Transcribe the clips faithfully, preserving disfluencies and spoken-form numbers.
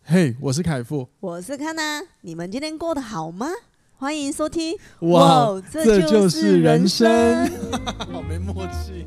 嘿、hey, 我是凯富， 我是康娜，你们今天过得好吗？欢迎收听。 哇， 哇这就是人生， 好没默契。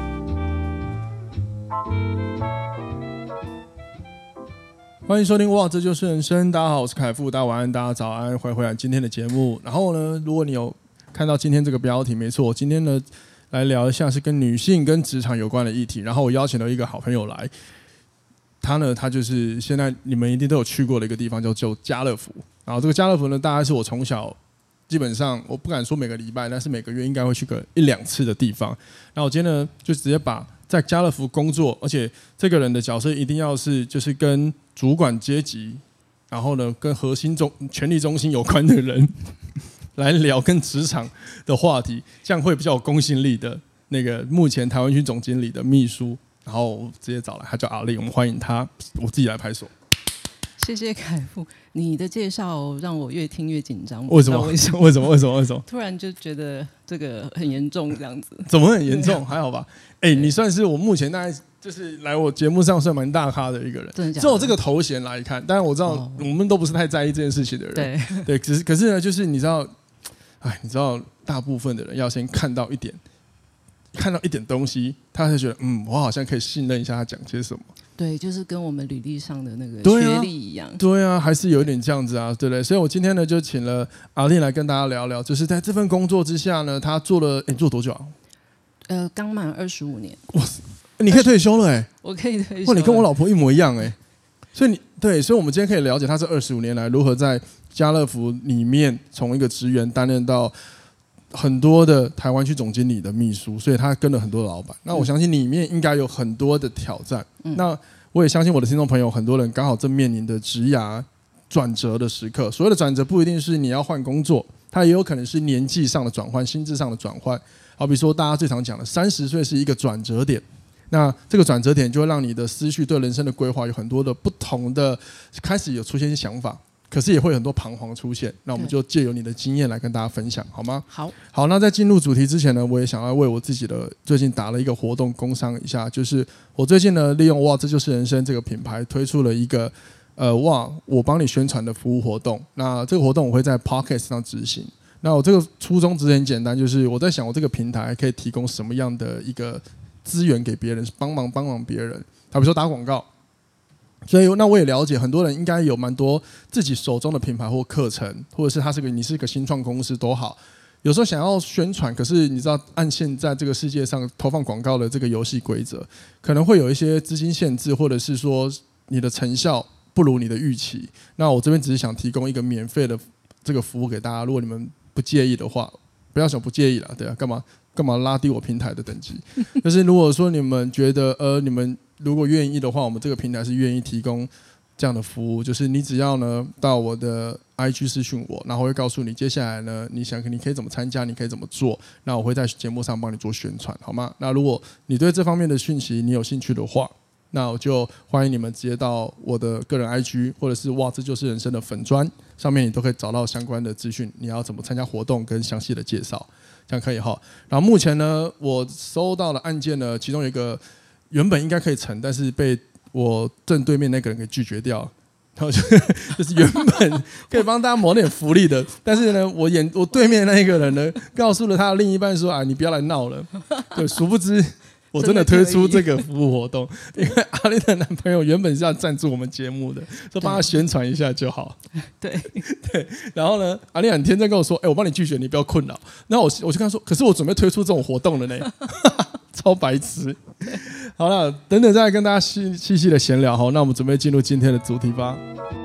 欢迎收听哇，这就是人生。大家好，我是凯富，大家晚安，大家早安，欢迎回来今天的节目。然后呢，如果你有看到今天这个标题，没错，今天呢来聊一下是跟女性跟职场有关的议题。然后我邀请了一个好朋友来。他呢，他就是现在你们一定都有去过的一个地方，叫做家乐福。然后这个家乐福呢，大概是我从小基本上我不敢说每个礼拜，但是每个月应该会去个一两次的地方。然后我今天呢，就直接把在家乐福工作，而且这个人的角色一定要是就是跟主管阶级，然后呢跟核心中权力中心有关的人来聊跟职场的话题，这样会比较有公信力的那个目前台湾区总经理的秘书。然后直接找来，他叫阿丽，我们欢迎他。我自己来拍手。 谢谢凯富，你的介绍让我越听越紧张。 为什么？为什么？为什么？为什么？为什么？ 突然就觉得这个很严重，这样子。 怎么很严重？还好吧？哎、欸，你算是我目前大概就是来我节目上算蛮大咖的一个人。 真的假的？ 就我这个头衔来看，当然我知道我们都不是太在意这件事情的人。 对对，可是可是呢，就是你知道，哎，你知道，大部分的人要先看到一点。看到一点东西，他就觉得嗯，我好像可以信任一下他讲些什么。 对，就是跟我们履历上的那个学历一样。 对啊，对啊，还是有一点这样子啊，对不对？所以我今天呢就请了阿丽来跟大家聊聊，就是在这份工作之下呢，他做了，你做多久啊？ 呃，刚满二十五年。 哇，你可以退休了哎、欸！ 我可以退休了。 哇，你跟我老婆一模一样哎、欸！所以你对，所以我们今天可以了解他这二十五年来如何在家乐福里面从一个职员担任到。很多的台湾区总经理的秘书，所以他跟了很多的老板。那我相信里面应该有很多的挑战。嗯、那我也相信我的听众朋友，很多人刚好正面临的职涯转折的时刻。所谓的转折不一定是你要换工作，它也有可能是年纪上的转换、心智上的转换。好比说大家最常讲的，三十岁是一个转折点。那这个转折点就会让你的思绪对人生的规划有很多的不同的，开始有出现一些想法。可是也会有很多彷徨出现，那我们就借由你的经验来跟大家分享，好吗？ 好， 好。那在进入主题之前呢，我也想要为我自己的最近打了一个活动工商一下，就是我最近呢利用哇这就是人生这个品牌推出了一个呃哇我帮你宣传的服务活动。那这个活动我会在 Podcast 上执行。那我这个初衷只是很简单，就是我在想我这个平台可以提供什么样的一个资源给别人，帮忙帮忙别人，好比如说打广告。所以，那我也了解，很多人应该有蛮多自己手中的品牌或课程，或者是他是个你是个新创公司都好，有时候想要宣传，可是你知道，按现在这个世界上投放广告的这个游戏规则，可能会有一些资金限制，或者是说你的成效不如你的预期。那我这边只是想提供一个免费的这个服务给大家，如果你们不介意的话，不要想不介意啦，对啊，干嘛干嘛拉低我平台的等级？就是如果说你们觉得呃你们。如果愿意的话，我们这个平台是愿意提供这样的服务，就是你只要呢到我的 I G 私讯我，然后会告诉你接下来呢你想你可以怎么参加，你可以怎么做，那我会在节目上帮你做宣传，好吗？那如果你对这方面的讯息你有兴趣的话，那我就欢迎你们直接到我的个人 I G 或者是哇这就是人生的粉专上面，你都可以找到相关的资讯，你要怎么参加活动跟详细的介绍，这样可以哈。然后目前呢我收到的案件呢，其中有一个。原本应该可以成，但是被我正对面那个人给拒绝掉。然后就就是原本可以帮大家谋点福利的，但是呢，我眼我对面那一个人呢，告诉了他的另一半说：“啊，你不要来闹了。”对，殊不知我真的推出这个服务活动，因为阿丽的男朋友原本是要赞助我们节目的，就帮他宣传一下就好。 对对，然后呢，阿丽很天真跟我说：“哎、欸，我帮你拒绝，你不要困扰。”然后我我就跟他说：“可是我准备推出这种活动了呢。”超白痴。好了，等等再来跟大家细细细的闲聊。好，那我们准备进入今天的主题吧。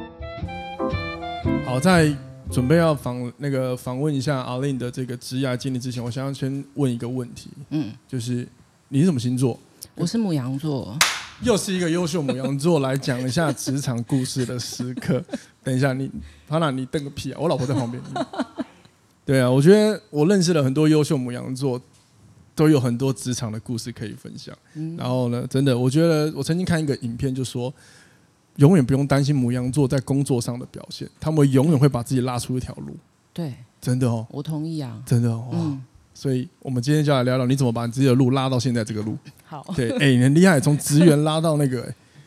好，在准备要访那个访问一下阿玲的这个职业经历之前，我想要先问一个问题，嗯，就是你是什么星座？ 我是牡羊座。 又是一个优秀牡羊座来讲一下职场故事的时刻。等一下，你潘娜，你瞪个屁啊！我老婆在旁边。对啊，我觉得我认识了很多优秀牡羊座。都有很多职场的故事可以分享，嗯、然后呢，真的，我觉得我曾经看一个影片，就说永远不用担心牡羊座在工作上的表现，他们永远会把自己拉出一条路。 对， 真的哦， 我同意啊， 真的哦。嗯，所以我们今天就来聊聊你怎么把你自己的路拉到现在这个路。 好， 对，哎、欸，你很厉害，从职员拉到那个、欸，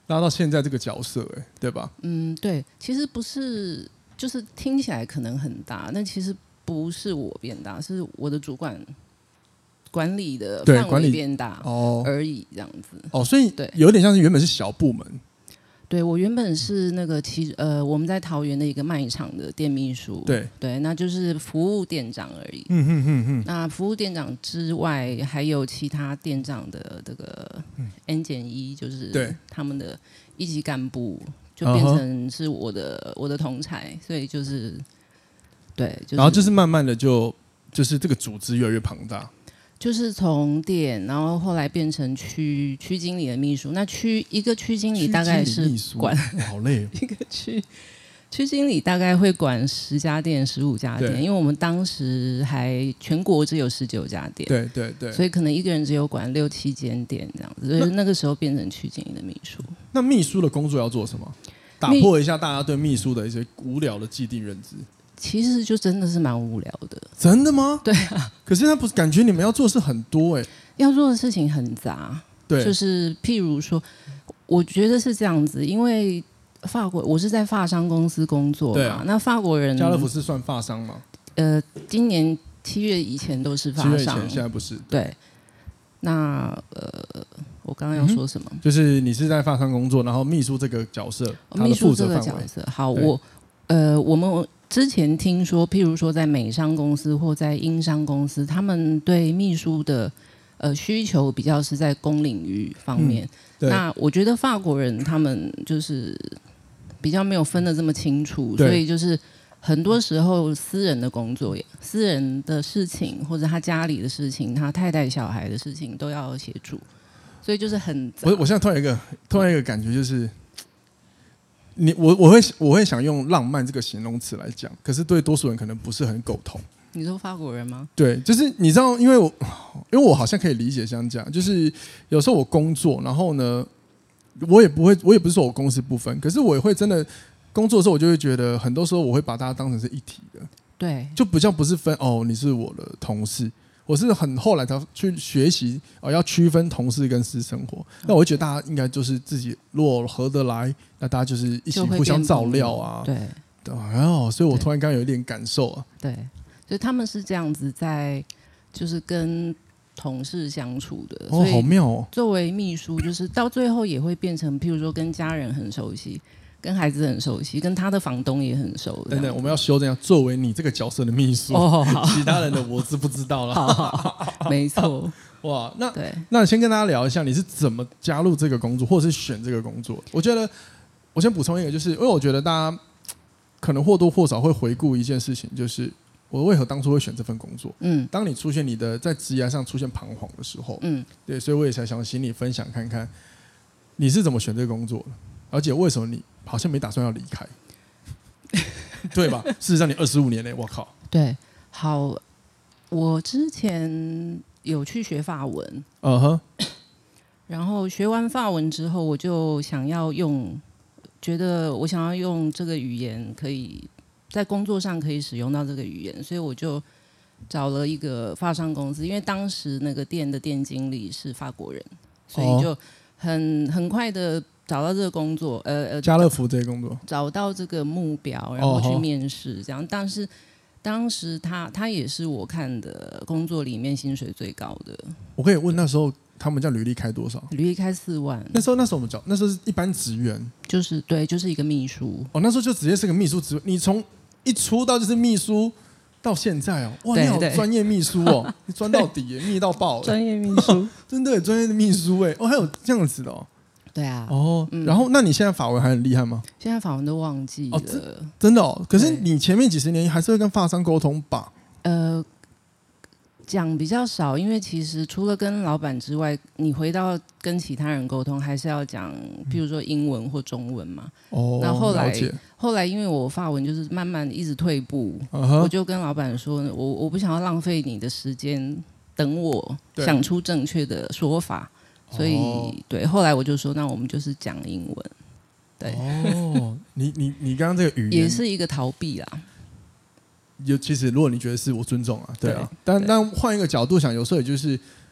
拉到现在这个角色、欸，对吧？ 嗯，对，其实不是，就是听起来可能很大，但其实不是我变大，是我的主管管理的范围变大而已，这样子。 哦，所以对， 有点像是原本是小部门。 对，我原本是那个其呃我们在桃园的一个卖场的店秘书， 对对，那就是服务店长而已。 嗯哼哼哼。 那服务店长之外，还有其他店长的这个 N 减一，就是他们的一级干部，就变成是我的、uh-huh. 我的同才，所以就是对、就是， 然后就是慢慢的就就是这个组织越来越庞大。 就是从店，然后后来变成区区经理的秘书。那区一个区经理大概是管， 好累、哦。 一个区区经理大概会管十家店、十五家店，因为我们当时还全国只有十九家店， 对对对， 所以可能一个人只有管六七间店这样子。所以那个时候变成区经理的秘书。 那秘书的工作要做什么？打破一下大家对秘书的一些无聊的既定认知。 其实就真的是蛮无聊的。 真的吗？ 对啊。 可是他不是感觉你们要做的事很多哎、欸， 要做的事情很杂。 对， 就是譬如说，我觉得是这样子，因为法国我是在法商公司工作嘛，对啊、那法国人家乐福是算法商吗？ 呃，今年七月以前都是法商，七月以前现在不是。 对。那呃，我刚刚要说什么、嗯？ 就是你是在法商工作，然后秘书这个角色，他的负责范围。秘书这个角色， 好，我呃，我们。之前听说，譬如说在美商公司或在英商公司，他们对秘书的呃需求比较是在公领域方面。嗯、那我觉得法国人他们就是比较没有分得这么清楚，所以就是很多时候私人的工作、私人的事情或者他家里的事情、他太太小孩的事情都要协助，所以就是很…… 我我现在突然一个突然一个感觉就是。你我我会我会想用浪漫这个形容词来讲，可是对多数人可能不是很苟同。 你说法国人吗？ 对，就是你知道，因为我因为我好像可以理解像这样，就是有时候我工作，然后呢，我也不会，我也不是说我公私不分，可是我也会真的工作的时候，我就会觉得很多时候我会把大家当成是一体的， 对， 就比较不是分哦，你是我的同事。我是很后来才去学习哦，要区分同事跟私生活。那我会觉得大家应该就是自己，如果合得来，那大家就是一起互相照料啊。 对， 对哦，所以我突然刚刚有一点感受啊。 对，所以他们是这样子在，就是跟同事相处的。 哦，好妙哦。 作为秘书，就是到最后也会变成，譬如说跟家人很熟悉。跟孩子很熟悉，跟他的房东也很熟。 等等，我们要修正一下，作为你这个角色的秘书，哦、其他人的我是不知道了。 好好好没错。 哇，那对， 那先跟大家聊一下，你是怎么加入这个工作，或者是选这个工作？我觉得，我先补充一个，就是因为我觉得大家可能或多或少会回顾一件事情，就是我为何当初会选这份工作。嗯，当你出现你的在职业上出现彷徨的时候，嗯，对，所以我也才想请你分享看看，你是怎么选这个工作的，而且为什么你好像没打算要离开，对吧？事实上你二十五年嘞，我靠。 对，好，我之前有去学法文， 嗯哼， 然后学完法文之后，我就想要用，觉得我想要用这个语言，可以在工作上可以使用到这个语言，所以我就找了一个法商公司，因为当时那个店的店经理是法国人，所以就很很快的。找到这个工作，呃呃， 家乐福这个工作， 找到这个目标，然后去面试，这样。但是当时他他也是我看的工作里面薪水最高的。 我可以问那时候他们叫履历开多少？ 履历开四万。 那时候那时候我们讲，那时候是一般职员， 就是对，就是一个秘书。 哦，那时候就直接是个秘书职位。你从一出道就是秘书，到现在哦，哇，你好专业秘书哦，你专到底耶，密到爆。 专业秘书， 真的专业的秘书哎，哦，还有这样子的哦。 对啊， 哦、嗯，然后那你现在法文还很厉害吗？ 现在法文都忘记了，哦、 真的哦。可是你前面几十年还是会跟法商沟通吧？ 呃，讲比较少，因为其实除了跟老板之外，你回到跟其他人沟通，还是要讲，譬如说英文或中文嘛。哦，那后来后来因为我法文就是慢慢一直退步， uh-huh. 我就跟老板说，我我不想要浪费你的时间，等我想出正确的说法。所以、哦、对，后来我就说，那我们就是讲英文。对， 哦，你你你刚刚这个语言也是一个逃避啦。 有其实，如果你觉得是我尊重啊，对啊，但但换一个角度想，有时候也就是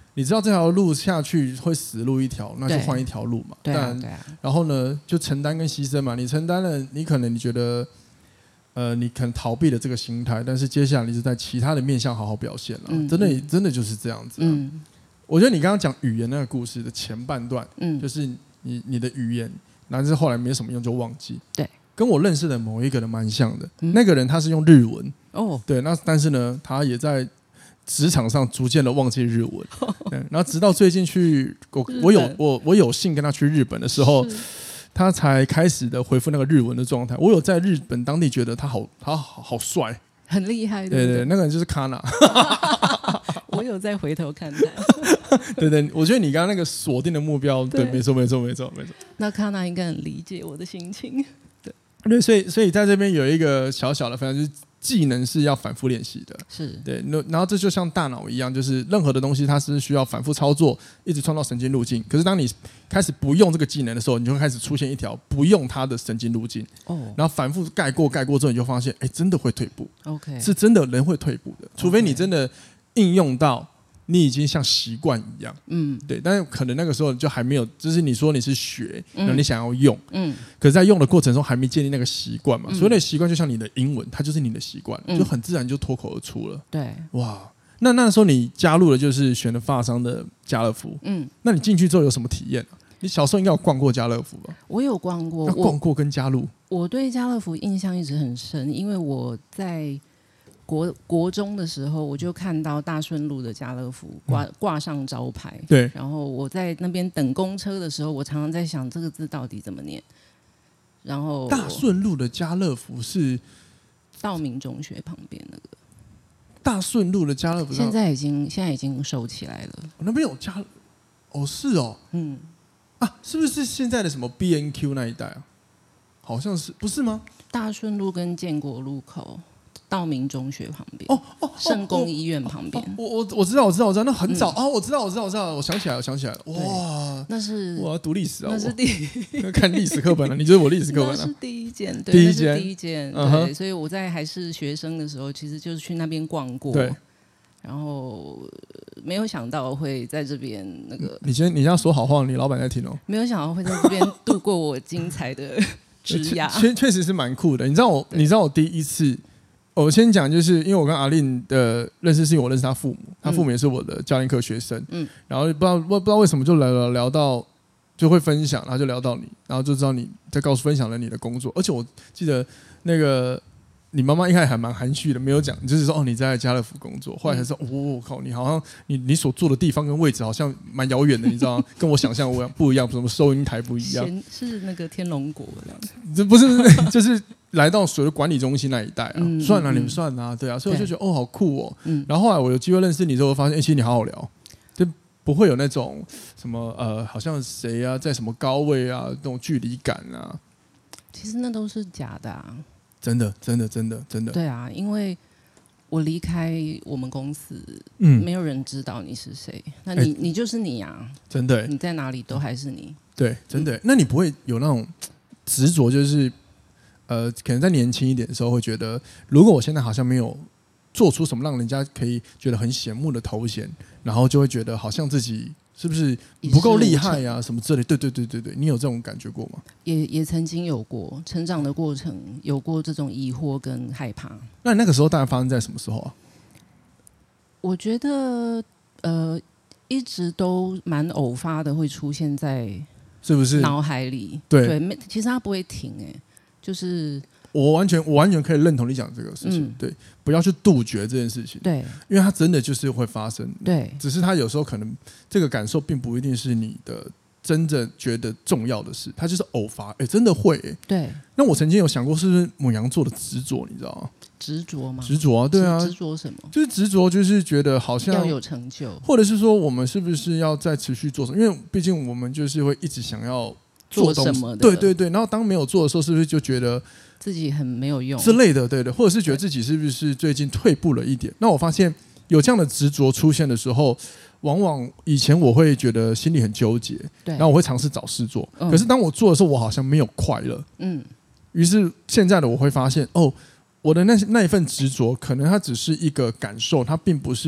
你知道这条路下去会死路一条，那就换一条路嘛。 对啊，对啊。 然后呢，就承担跟牺牲嘛。你承担了，你可能你觉得，呃，你可能逃避了这个心态，但是接下来你是在其他的面向好好表现了。嗯、真的、嗯，真的就是这样子、啊。嗯，我觉得你刚刚讲语言那个故事的前半段，嗯，就是你你的语言，但是后来没什么用就忘记。 对，跟我认识的某一个人蛮像的、嗯。那个人他是用日文哦，对，那但是呢，他也在职场上逐渐的忘记日文，对，然后直到最近去我我有我我有幸跟他去日本的时候，他才开始的恢复那个日文的状态。我有在日本当地觉得他好他好好帅， 很厉害， 对 对, 对, 对，那个人就是卡纳。 我有再回头看他。 对对，我觉得你刚刚那个锁定的目标，对，对没错没错没错没错。 那卡纳应该很理解我的心情。 对对，所以所以在这边有一个小小的分享，就是技能是要反复练习的， 是对。然后这就像大脑一样，就是任何的东西它是需要反复操作，一直创造神经路径。可是当你开始不用这个技能的时候，你就会开始出现一条不用它的神经路径。哦，然后反复盖过盖过之后，你就发现，哎，真的会退步。 OK， 是真的人会退步的，除非你真的应用到你已经像习惯一样。嗯，对。但是可能那个时候就还没有，就是你说你是学，然后你想要用，嗯，可是在用的过程中还没建立那个习惯嘛。嗯、所以那习惯就像你的英文，它就是你的习惯，嗯、就很自然就脱口而出了。 对， 哇，那那时候你加入了就是选了发商的家乐福，嗯，那你进去之后有什么体验、啊？你小时候应该有逛过家乐福吧？ 我有逛过， 逛过跟加入。 我对家乐福印象一直很深，因为我在国国中的时候，我就看到大顺路的家乐福挂挂上招牌， 对。 然后我在那边等公车的时候，我常常在想这个字到底怎么念。然后大顺路的家乐福是道明中学旁边那个。 大顺路的家乐福现在已经现在已经收起来了。 我那边有家，哦是哦，嗯啊，是不是现在的什么 B N Q 那一带啊？好像是，不是吗？ 大顺路跟建国路口。道明中学旁边，哦哦，圣公医院旁边， 我我我知道我知道我知道，那很早啊、嗯哦，我知道我知道我知道，我想起来我想起来了，哇， 那是我要读历史啊， 那是第看历史课本了、啊，你就是我历史课本了、啊， 那是第一间，对， 第一间， 第一间，对、uh-huh ，所以我在还是学生的时候，其实就是去那边逛过， 对， 然后没有想到会在这边那个， 你先你这样说好话，你老板在听哦， 没有想到会在这边度过我精彩的职涯， 确确实是蛮酷的，你知道我你知道我第一次。我先讲，就是因为我跟阿令的认识是因为我认识他父母，他父母也是我的教练课学生，嗯，然后不知道不知道为什么就聊聊聊到就会分享，然后就聊到你，然后就知道你在告诉分享了你的工作，而且我记得那个你妈妈一开始还蛮含蓄的，没有讲，就是说哦你在家乐福工作，后来才说哦我靠，你好像你你所住的地方跟位置好像蛮遥远的，你知道吗？跟我想象不一样，什么收银台不一样， 是那个天龙国这不是不是就是。来到所谓管理中心那一带啊，嗯、算了、啊，你们算啊，对啊，所以我就觉得哦，好酷哦。嗯、然后后来我有机会认识你之后，发现，哎、欸，其实你好好聊，就不会有那种什么呃，好像谁啊，在什么高位啊，那种距离感啊。 其实那都是假的啊， 真的，真的，真的，真的。 对啊，因为我离开我们公司，嗯，没有人知道你是谁，那你、欸、你就是你啊， 真的、欸， 你在哪里都还是你。 对，真的、欸。那你不会有那种执着，就是？呃，可能在年轻一点的时候会觉得，如果我现在好像没有做出什么让人家可以觉得很羡慕的头衔，然后就会觉得好像自己是不是不够厉害呀、啊，什么之类的。对对对对对，你有这种感觉过吗？ 也也曾经有过，成长的过程有过这种疑惑跟害怕。 那你那个时候大概发生在什么时候啊？ 我觉得呃，一直都蛮偶发的，会出现在是不是脑海里？ 对对，其实它不会停哎、欸。就是我完全我完全可以认同你讲这个事情、嗯，对，不要去杜绝这件事情， 对， 因为它真的就是会发生， 对， 只是它有时候可能这个感受并不一定是你的真正觉得重要的事，它就是偶发，哎，真的会、欸， 对。 那我曾经有想过，是不是牡羊座的执着，你知道吗？ 执着吗？ 执着啊，对啊， 执着什么？ 就是执着，就是觉得好像要有成就， 或者是说我们是不是要再持续做什么？因为毕竟我们就是会一直想要做什么的， 对对对。然后当没有做的时候，是不是就觉得自己很没有用之类的？对的，或者是觉得自己是不是最近退步了一点？那我发现有这样的执着出现的时候，往往以前我会觉得心里很纠结， 对， 然后我会尝试找事做、嗯。可是当我做的时候，我好像没有快乐。嗯，于是现在的我会发现，哦，我的那那一份执着，可能它只是一个感受，它并不是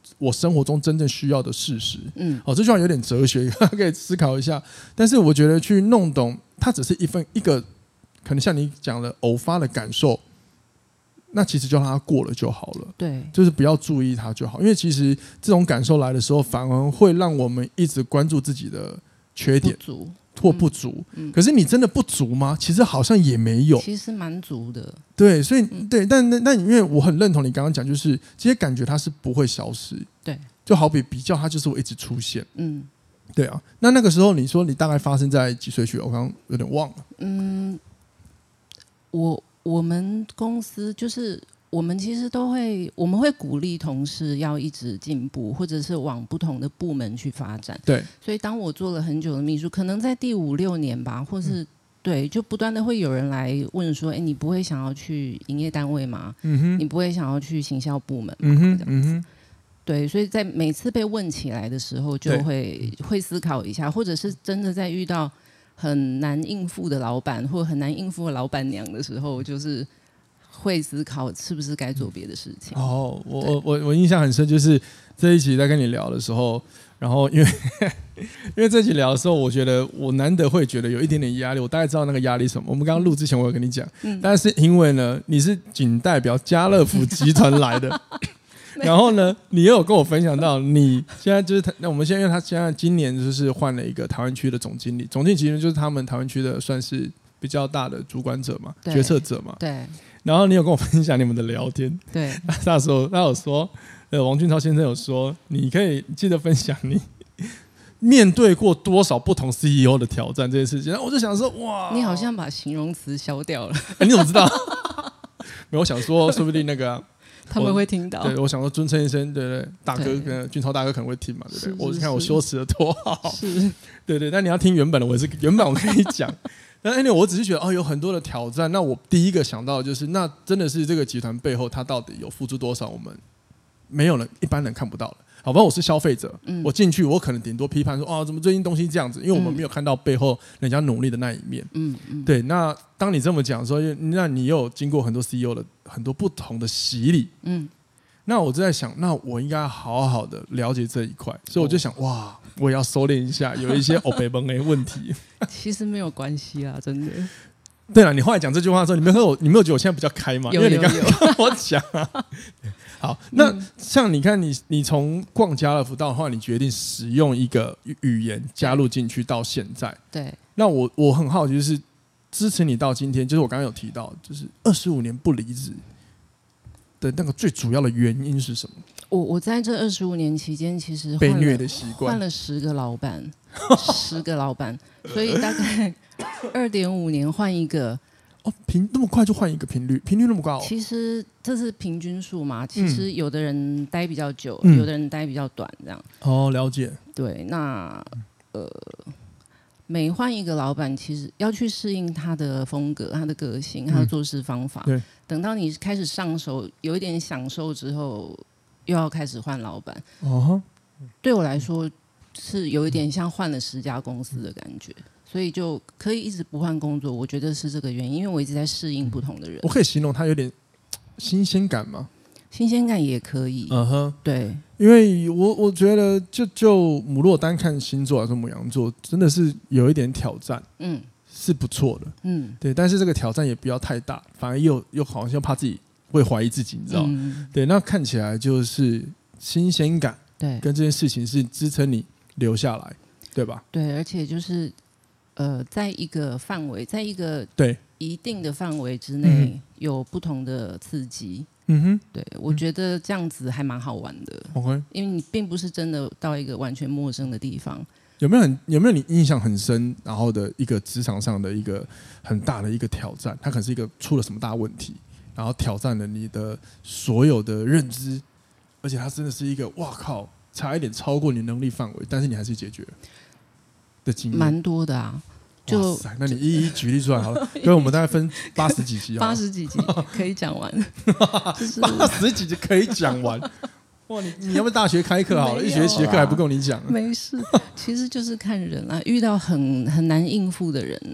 我生活中真正需要的事实。 嗯， 哦，这句话有点哲学，可以思考一下。但是我觉得去弄懂它，只是一份一个可能像你讲的偶发的感受，那其实就让它过了就好了。 对， 就是不要注意它就好，因为其实这种感受来的时候，反而会让我们一直关注自己的缺点不足或不足。 嗯嗯、 可是你真的不足吗？其实好像也没有， 其实蛮足的。 对，所以、 嗯、 对，但但因为我很认同你刚刚讲，就是这些感觉它是不会消失。 对， 就好比比较，它就是会一直出现。 嗯， 对啊。那那个时候你说你大概发生在几岁去？我刚刚有点忘了。 嗯，我我们公司就是我们其实都会，我们会鼓励同事要一直进步，或者是往不同的部门去发展。 对， 所以当我做了很久的秘书，可能在第五六年吧，或是、嗯、对，就不断的会有人来问说：“哎，你不会想要去营业单位吗？嗯哼，你不会想要去行销部门吗？”嗯哼，嗯哼。对，所以在每次被问起来的时候，就会会思考一下，或者是真的在遇到很难应付的老板或很难应付的老板娘的时候，就是会思考是不是该做别的事情。 哦，我我我印象很深，就是这一集在跟你聊的时候，然后因为因为这一集聊的时候，我觉得我难得会觉得有一点点压力，我大概知道那个压力是什么。我们刚刚录之前，我有跟你讲，嗯、但是因为呢，你是仅代表家乐福集团来的。然后呢，你又有跟我分享到，你现在就是那我们现在因为他现在今年就是换了一个台湾区的总经理，总经理其实就是他们台湾区的算是比较大的主管者嘛，决策者嘛。 对。 然后你有跟我分享你们的聊天， 对。 那时候他有说，呃，王俊超先生有说，你可以记得分享你面对过多少不同 C E O 的挑战这件事情。然后我就想说，哇， 你好像把形容词消掉了。 欸、你怎么知道？没有，我想说，说不定那个、啊。 他们会听到， 对，我想说尊称一声，对对，大哥跟俊超大哥可能会听嘛，对不对？我看我修辞的多好， 是， 对对。但你要听原本的，我是原本我可以讲，但 anyway 我只是觉得哦，有很多的挑战。那我第一个想到的就是，那真的是这个集团背后，它到底有付出多少我们没有人一般人看不到的。好吧，我是消费者，嗯、我进去我可能顶多批判说，哦，怎么最近东西这样子？因为我们没有看到背后人家努力的那一面。嗯嗯，对。那当你这么讲说，那你又有经过很多 C E O 的很多不同的洗礼，嗯。那我就在想，那我应该好好的了解这一块，所以我就想，哇，我也要收敛一下，有一些欧北崩的问题。 其实没有关系啦，真的。 对了，你后来讲这句话的时候，你没有我，你没有觉得我现在比较开吗？ 有因为你刚刚跟我讲啊。好，那像你看你，你你从逛家乐福到后来，你决定使用一个语言加入进去到现在， 对。 那我我很好奇，就是支持你到今天，就是我刚刚有提到，就是二十五年不离职的那个最主要的原因是什么？ 我我在这二十五年期间，其实被虐的习惯换了十个老板，十个老板，所以大概二点五年换一个。 哦，频那么快就换一个频率，频率那么高、哦？ 其实这是平均数嘛。其实有的人待比较久，嗯、有的人待比较短，这样。 哦，了解。 对，那呃，每换一个老板，其实要去适应他的风格、他的个性、他的做事方法。 嗯、对。 等到你开始上手，有一点享受之后，又要开始换老板。 哦。 对我来说，是有一点像换了十家公司的感觉。所以就可以一直不换工作，我觉得是这个原因，因为我一直在适应不同的人。 我可以形容它有点新鲜感吗？ 新鲜感也可以。 嗯哼， 对， 因为我我觉得就就母若单看星座来说，牡羊座真的是有一点挑战，嗯，是不错的，嗯，对。但是这个挑战也不要太大，反而又又好像怕自己会怀疑自己，你知道？嗯、对，那看起来就是新鲜感， 对， 跟这件事情是支撑你留下来，对吧？ 对，而且就是。呃，在一个范围，在一个对一定的范围之内，嗯、有不同的刺激。 嗯哼， 对，我觉得这样子还蛮好玩的。 OK， 因为你并不是真的到一个完全陌生的地方。 有没有很有没有你印象很深，然后的一个职场上的一个很大的一个挑战？它可能是一个出了什么大问题，然后挑战了你的所有的认知，而且它真的是一个哇靠，差一点超过你能力范围，但是你还是解决了。 蛮多的啊，就哇塞，那你一一举例出来好了，因为我们大概分八十几集， 八十几集可以讲完， 就是八十几集可以讲完。哇，你你要不要大学开课好了？一学期的课还不够你讲。 没事，其实就是看人啊，遇到很很难应付的人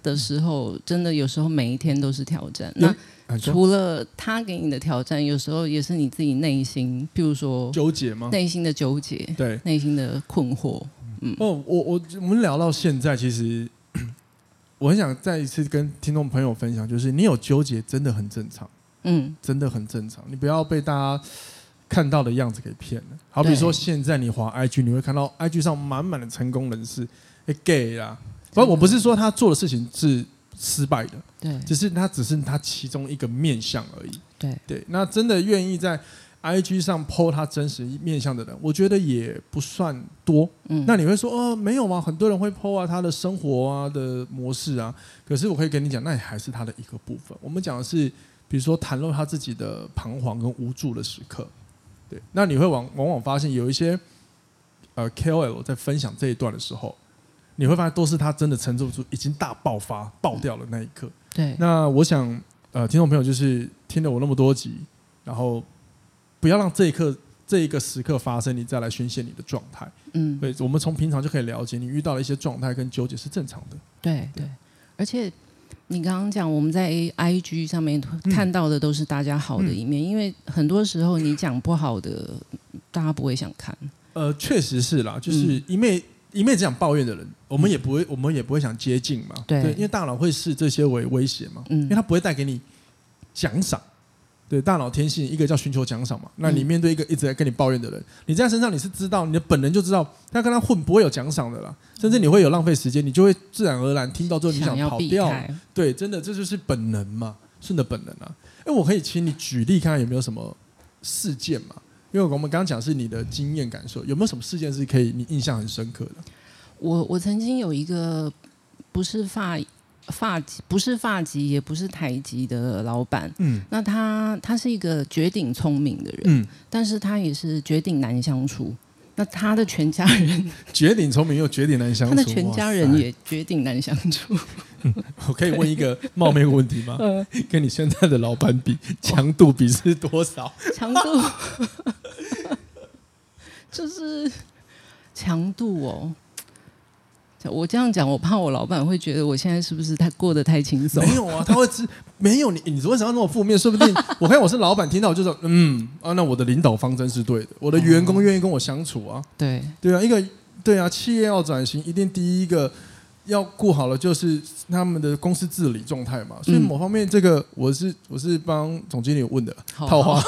的时候，真的有时候每一天都是挑战。那除了他给你的挑战，有时候也是你自己内心，譬如说纠结吗？ 内心的纠结， 对， 内心的困惑。嗯， 哦，我我我们聊到现在，其实我很想再一次跟听众朋友分享，就是你有纠结真的很正常，嗯，真的很正常，你不要被大家看到的样子给骗了。好比说现在你滑 I G， 你会看到 I G 上满满的成功人士，哎 gay 啦，不，我不是说他做的事情是失败的， 对， 只是他只是他其中一个面向而已。 对对，那真的愿意在 I G 上 po 他真实面向的人，我觉得也不算多。嗯，那你会说哦，没有吗？很多人会 po 啊他的生活啊的模式啊，可是我可以跟你讲，那也还是他的一个部分。我们讲的是，比如说袒露他自己的彷徨跟无助的时刻。对，那你会往往往发现有一些呃 K O L 在分享这一段的时候，你会发现都是他真的承受不住，已经大爆发爆掉了那一刻。 对， 那我想呃，听众朋友就是听了我那么多集，然后不要让这一刻这一个时刻发生，你再来宣泄你的状态。嗯，对，我们从平常就可以了解，你遇到的一些状态跟纠结是正常的。 对对，而且你刚刚讲我们在 I G 上面看到的都是大家好的一面，嗯、因为很多时候你讲不好的，大家不会想看。 呃，确实是啦，就是一面、嗯、一面只讲抱怨的人，我们也不会，我们也不会想接近嘛。 对， 对，因为大脑会视这些为威胁嘛，嗯、因为它不会带给你奖赏。对，大脑天性一个叫寻求奖赏嘛，那你面对一个一直在跟你抱怨的人，你在他身上你是知道，你的本能就知道，他跟他混不会有奖赏的啦，甚至你会有浪费时间，你就会自然而然听到之后你想跑掉。对，真的这就是本能嘛，顺着本能啊。哎，我可以请你举例看看有没有什么事件嘛？因为我们刚刚讲是你的经验感受，有没有什么事件是可以你印象很深刻的？ 我我曾经有一个不是发。发级不是发级，也不是台籍的老板，嗯，那他他是一个绝顶聪明的人，嗯，但是他也是绝顶难相处。那他的全家人绝顶聪明又绝顶难相处， 他的全家人也绝顶难相处。 嗯、我可以问一个冒昧问题吗？嗯、跟你现在的老板比，强度比是多少？ 强度就是强度哦。我这样讲，我怕我老板会觉得我现在是不是太过得太轻松？ 没有啊，他会知没有你，你为什么要那么负面？说不定我看我是老板，听到我就说，嗯啊，那我的领导方针是对的，我的员工愿意跟我相处啊。 对对啊，一个对啊，企业要转型，一定第一个要顾好了就是他们的公司治理状态嘛。所以某方面，这个我是我是帮总经理问的套话。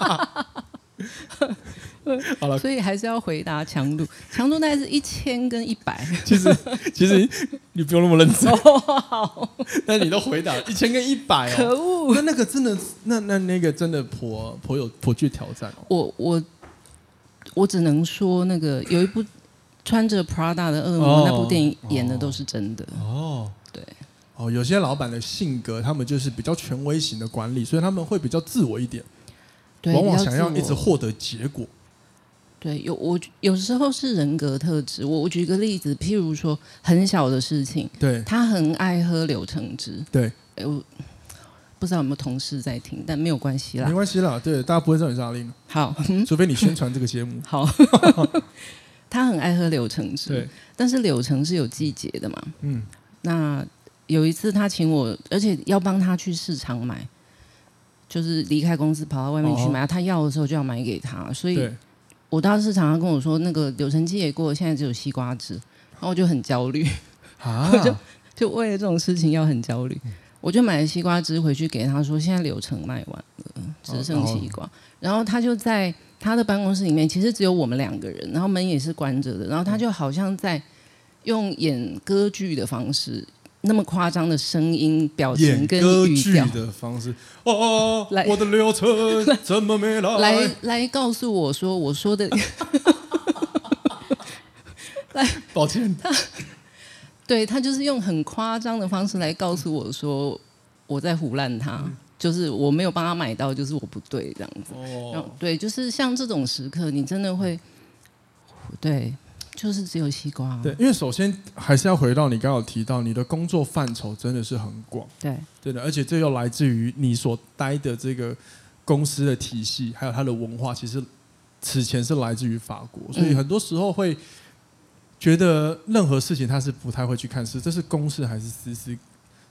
好了，所以还是要回答强度，强度大概是一千跟一百。 其实其实你不用那么认真， 哦、好， 但你都回答一千跟一百哦， 可恶！ 那那个真的，那那那个真的颇颇有颇具挑战哦。 我我我只能说，那个有一部穿着 Prada 的恶魔、哦、那部电影演的都是真的哦。对哦，有些老板的性格，他们就是比较权威型的管理，所以他们会比较自我一点，往往想要一直获得结果。 对，有我有时候是人格特质。我我举个例子，譬如说很小的事情， 对， 他很爱喝柳橙汁， 对， 我不知道有没有同事在听，但没有关系啦， 没关系啦，对，大家不会知道你是阿令， 好， 除非你宣传这个节目， 好，他很爱喝柳橙汁，对，但是柳橙是有季节的嘛，嗯，那有一次他请我，而且要帮他去市场买，就是离开公司跑到外面去买，哦、他要的时候就要买给他，所以。我到市场，他跟我说那个柳橙季也过了，现在只有西瓜汁，然后我就很焦虑，啊、我就就为了这种事情要很焦虑，我就买了西瓜汁回去给他说，现在柳橙卖完了，只剩西瓜。然后他就在他的办公室里面，其实只有我们两个人，然后门也是关着的，然后他就好像在用演歌剧的方式。那么夸张的声音、表情跟语调的方式，哦哦，我的柳橙怎么没来？ 来来告诉我说，我说的，来， 抱歉， 他对他就是用很夸张的方式来告诉我说，我在唬烂他，嗯、就是我没有帮他买到，就是我不对这样子。哦，对，就是像这种时刻，你真的会，对。就是只有西瓜、啊， 对，因为首先还是要回到你刚刚有提到，你的工作范畴真的是很广， 对， 对的，而且这又来自于你所待的这个公司的体系，还有它的文化，其实此前是来自于法国，所以很多时候会觉得任何事情他是不太会去看是这是公事还是私事，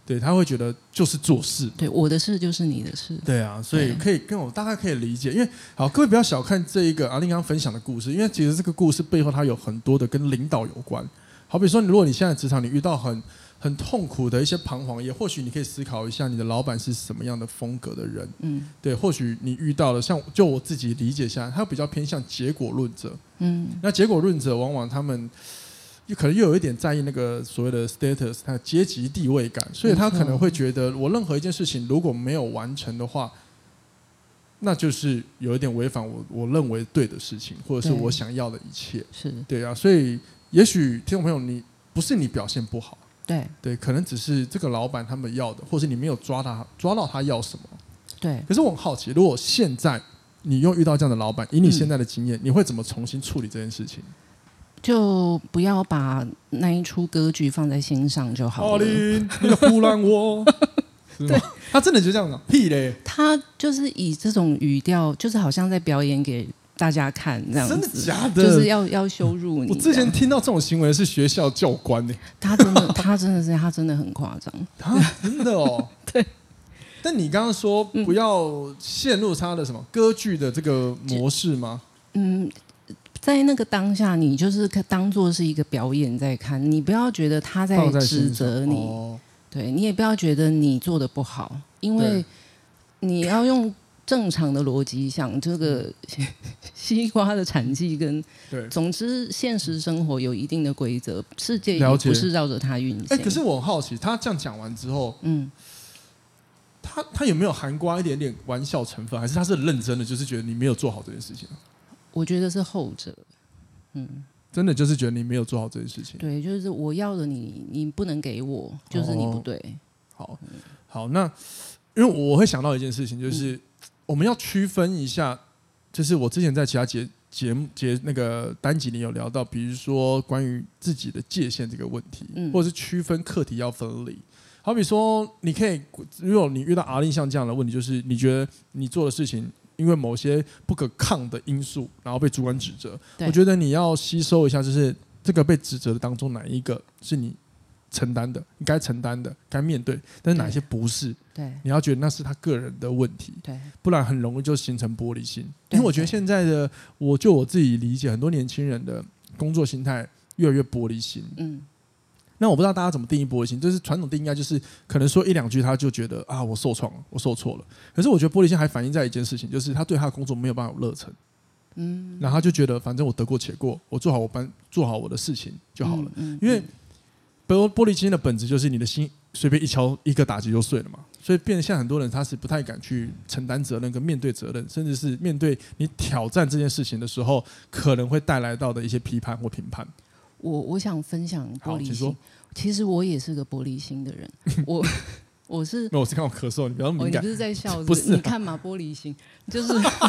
对，他会觉得就是做事， 对，我的事就是你的事。 对啊，所以可以跟我大概可以理解，因为好，各位不要小看这一个阿令刚刚分享的故事，因为其实这个故事背后它有很多的跟领导有关。好比说，如果你现在职场你遇到很很痛苦的一些彷徨，也或许你可以思考一下，你的老板是什么样的风格的人。嗯，对，或许你遇到了，像就我自己理解下来，他比较偏向结果论者。嗯，那结果论者往往他们可能又有一点在意那个所谓的 status， 他的阶级地位感，所以他可能会觉得，我任何一件事情如果没有完成的话，那就是有一点违反我我认为对的事情，或者是我想要的一切。 是， 对啊，所以也许听众朋友，你不是你表现不好。 对对，可能只是这个老板他们要的，或是你没有抓他抓到他要什么。 对。 可是我很好奇，如果现在你又遇到这样的老板，以你现在的经验，嗯、你会怎么重新处理这件事情？ 就不要把那一出歌剧放在心上就好了。 你要胡乱我。对，他真的就这样讲，屁嘞！ 他就是以这种语调，就是好像在表演给大家看这样子， 真的假的？ 就是要要羞辱你。 我之前听到这种行为是学校教官呢、欸， 他真的，他真的是，他真的很夸张， 真的哦。 对。 但你刚刚说不要陷入他的什么歌剧的这个模式吗？嗯， 在那个当下，你就是当作是一个表演在看，你不要觉得他在指责你，哦、对你也不要觉得你做的不好，因为你要用正常的逻辑想这个西瓜的产季跟，总之现实生活有一定的规则，世界也不是绕着它运行。 哎，可是我很好奇，他这样讲完之后，嗯，他他有没有含刮一点点玩笑成分，还是他是认真的，就是觉得你没有做好这件事情？ 我觉得是后者，嗯， 真的就是觉得你没有做好这件事情。 对，就是我要的你，你不能给我，就是你不对。 哦、好，好，那因为我会想到一件事情，就是。嗯，我们要区分一下，就是我之前在其他节节目节那个单集里有聊到，比如说关于自己的界限这个问题，嗯、或者是区分课题要分离。好比说，你可以，如果你遇到阿令像这样的问题，就是你觉得你做的事情因为某些不可抗的因素，然后被主管指责，我觉得你要吸收一下，就是这个被指责的当中哪一个是你承担的，你该承担的，该面对，但是哪些不是？对，你要觉得那是他个人的问题，对，不然很容易就形成玻璃心。因为我觉得现在的，我就我自己理解，很多年轻人的工作心态越来越玻璃心。嗯，那我不知道大家怎么定义玻璃心，就是传统定义应该就是可能说一两句他就觉得啊，我受创了，我受挫了。可是我觉得玻璃心还反映在一件事情，就是他对他的工作没有办法有热忱。嗯，然后他就觉得反正我得过且过，我做好我班做好我的事情就好了。嗯，嗯因为玻玻璃心的本质就是你的心随便一敲一个打击就碎了嘛。所以变得像很多人他是不太敢去承担责任跟面对责任，甚至是面对你挑战这件事情的时候可能会带来到的一些批判或评判。 我我想分享玻璃心，其实我也是个玻璃心的人。我我是我是看我咳嗽，你不要敏感。 哦、你不是在笑是不是？不是、啊， 你看嘛，玻璃心就是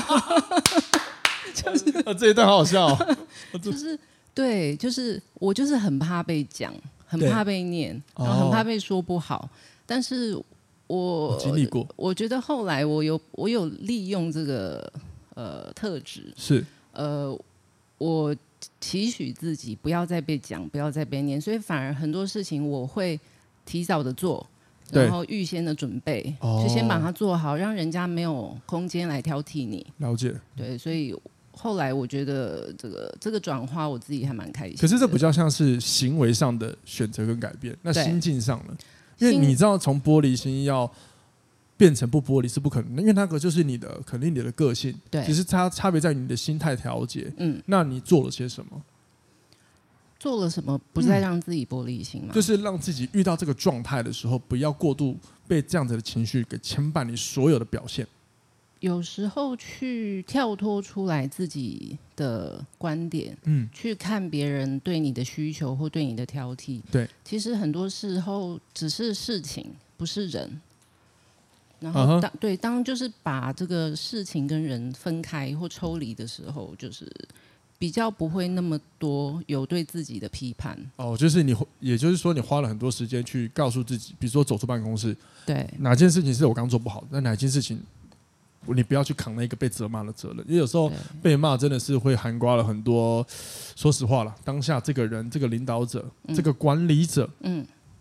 就是、啊、这一段好好笑、哦。 就是对，就是我就是很怕被讲，很怕被念，然后很怕被说不好，但是。我, 我经历过， 我觉得后来我有我有利用这个呃特质， 是呃，我期许自己不要再被讲，不要再被念，所以反而很多事情我会提早的做，然后预先的准备，就先把它做好，让人家没有空间来挑剔你。 了解， 对，所以后来我觉得这个这个转化我自己还蛮开心。 可是这比较像是行为上的选择跟改变，那心境上呢？因为你知道，从玻璃心要变成不玻璃是不可能的，因为那个就是你的，肯定你的个性。对，其实差差别在于你的心态调节。嗯，那你做了些什么？ 做了什么？不再让自己玻璃心吗？ 嗯、就是让自己遇到这个状态的时候，不要过度被这样子的情绪给牵绊你所有的表现。 有时候去跳脱出来自己的观点，嗯，去看别人对你的需求或对你的挑剔，对，其实很多时候只是事情，不是人。然后当、uh-huh. 对当就是把这个事情跟人分开或抽离的时候，就是比较不会那么多有对自己的批判。 哦，就是你，也就是说，你花了很多时间去告诉自己，比如说走出办公室， 对， 哪件事情是我刚做不好的，那哪件事情。你不要去扛那个被责骂的责任，因为有时候被骂真的是会涵盖了很多。说实话了，当下这个人、这个领导者、嗯、这个管理者，嗯，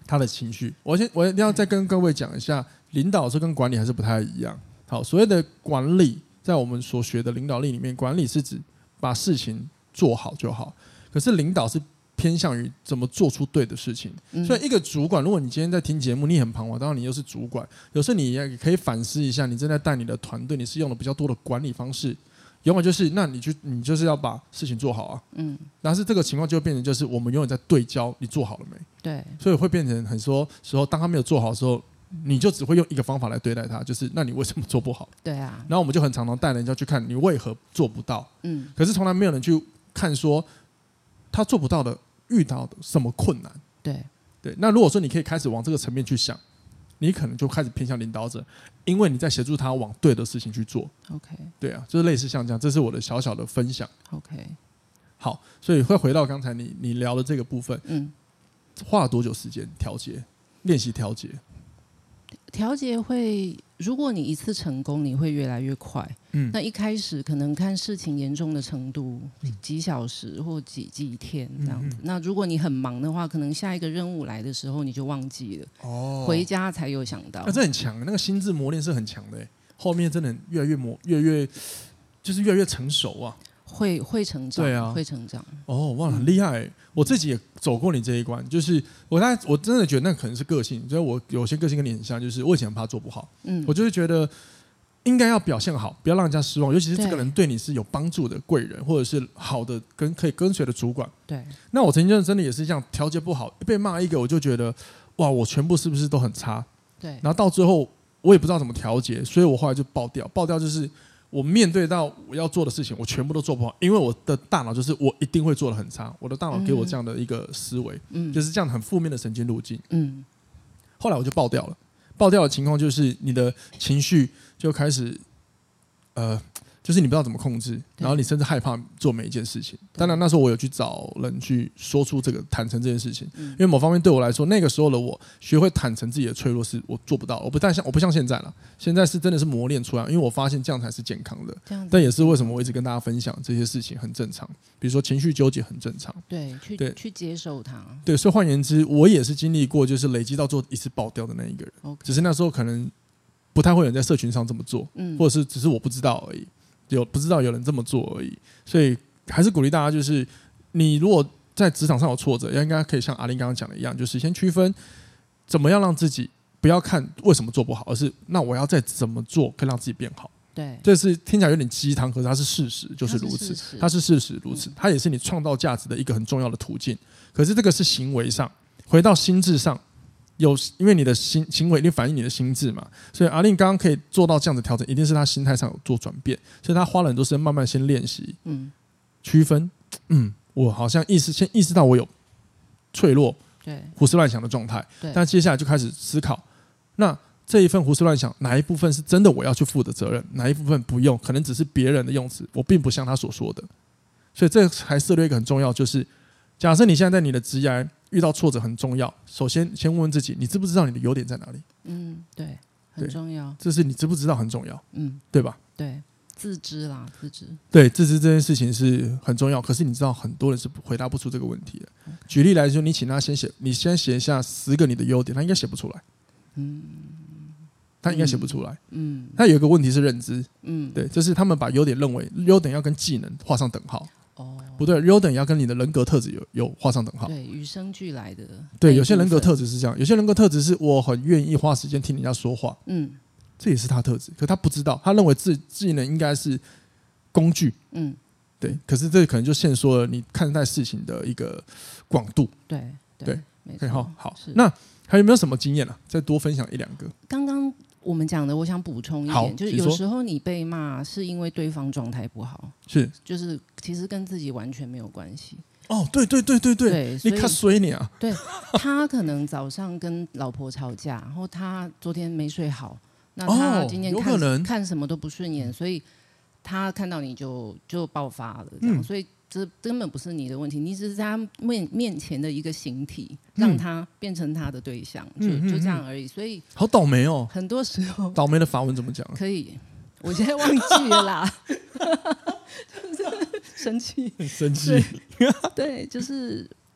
他的情绪。我先我一定要再跟各位讲一下，领导是跟管理还是不太一样。好，所谓的管理，在我们所学的领导力里面，管理是指把事情做好就好，可是领导是偏向于怎么做出对的事情。嗯、所以一个主管，如果你今天在听节目，你很彷徨，当然你又是主管，有时候你也可以反思一下，你正在带你的团队，你是用了比较多的管理方式。永远就是，那你就你就是要把事情做好啊。嗯。但是这个情况就会变成，就是我们永远在对焦，你做好了没？ 对。 所以会变成很多时候，当他没有做好的时候，你就只会用一个方法来对待他，就是那你为什么做不好？ 对啊。 然后我们就很常常带人家去看你为何做不到。嗯。可是从来没有人去看说他做不到的遇到的什么困难。 对。 对。那如果说你可以开始往这个层面去想。你可能就开始偏向领导者，因为你在协助他往对的事情去做。 OK， 对啊，就是类似像这样，这是我的小小的分享。 OK， 好，所以会回到刚才你你聊的这个部分，嗯，花了多久时间调节、练习调节？ 调节会，如果你一次成功，你会越来越快。嗯，那一开始可能看事情严重的程度，嗯、几小时或几几天这样子。嗯嗯那如果你很忙的话，可能下一个任务来的时候你就忘记了，哦，回家才有想到。 那这很强，那个心智磨练是很强的，后面真的越来越磨，越来越就是越来越成熟啊。 会会成长， 对啊， 会成长。 哦，哇，很厉害！我自己也走过你这一关，就是我大概我真的觉得那可能是个性，所以我有些个性跟你很像，就是我以前很怕做不好，嗯，我就会觉得应该要表现好，不要让人家失望，尤其是这个人对你是有帮助的贵人，或者是好的跟可以跟随的主管。 对， 那我曾经就真的也是这样，调节不好，被骂一个，我就觉得哇，我全部是不是都很差？ 对， 然后到最后我也不知道怎么调节，所以我后来就爆掉，爆掉就是。我面对到我要做的事情，我全部都做不好，因为我的大脑就是我一定会做得很差。我的大脑给我这样的一个思维，嗯、就是这样很负面的神经路径。嗯，后来我就爆掉了，爆掉的情况就是你的情绪就开始，呃，就是你不知道怎么控制，然后你甚至害怕做每一件事情。当然那时候我有去找人去说出这个坦诚这件事情，嗯、因为某方面对我来说，那个时候的我学会坦诚自己的脆弱是我做不到，我不太像我不像现在了，现在是真的是磨练出来，因为我发现这样才是健康的。但也是为什么我一直跟大家分享这些事情很正常，比如说情绪纠结很正常， 对，去对去接受它。 对，所以换言之，我也是经历过就是累积到做一次爆掉的那一个人， okay. 只是那时候可能不太会有人在社群上这么做，嗯、或者是只是我不知道而已。有不知道有人这么做而已，所以还是鼓励大家，就是你如果在职场上有挫折，应该可以像阿玲刚刚讲的一样，就是先区分怎么样让自己不要看为什么做不好，而是那我要再怎么做可以让自己变好。 对， 这是听起来有点鸡汤，可是它是事实，就是如此，它是事实如此，它也是你创造价值的一个很重要的途径。可是这个是行为上，回到心智上。有，因为你的心行为一定反映你的心智嘛，所以阿令刚刚可以做到这样的调整，一定是他心态上有做转变，所以他花了很多时间慢慢先练习，嗯，区分，嗯，我好像意识先意识到我有脆弱， 对， 胡思乱想的状态，但接下来就开始思考，那这一份胡思乱想哪一部分是真的我要去负的责任，哪一部分不用，可能只是别人的用词，我并不像他所说的，所以这还涉猎一个很重要，就是假设你现在在你的职涯遇到挫折很重要，首先先问问自己，你知不知道你的优点在哪里？ 嗯，对，很重要。 这是你知不知道很重要，嗯，对吧？ 对，自知啦，自知。 对，自知这件事情是很重要。可是你知道，很多人是回答不出这个问题的。Okay. 举例来说，你请他先写，你先写一下十个你的优点，他应该写不出来。嗯，他应该写不出来。嗯，他有一个问题是认知。嗯，对，就是他们把优点认为优点要跟技能画上等号。哦，不对，优点要跟你的人格特质有有画上等号。 对，与生俱来的。 对，有些人格特质是这样，有些人格特质是我很愿意花时间听人家说话。嗯，这也是他特质，可他不知道，他认为自技能应该是工具。嗯，对，可是这可能就限缩了你看待事情的一个广度。 对对，没错。 好，好，那还有没有什么经验啊？再多分享一两个。 刚刚我们讲的，我想补充一点，就是有时候你被骂是因为对方状态不好， 是， 就是其实跟自己完全没有关系。 哦，对对对对对，你看衰你啊！ 对，他可能早上跟老婆吵架，然后他昨天没睡好，那他今天看、哦、看什么都不顺眼，所以他看到你就就爆发了，这样，嗯、所以这根本不是你的问题，你只是在他面面前的一个形体，让他变成他的对象，嗯、就就这样而已。所以好倒霉哦， 很多时候倒霉的法文怎么讲？ 可以，我现在忘记了啦，就是生气， 很生气。 对，就是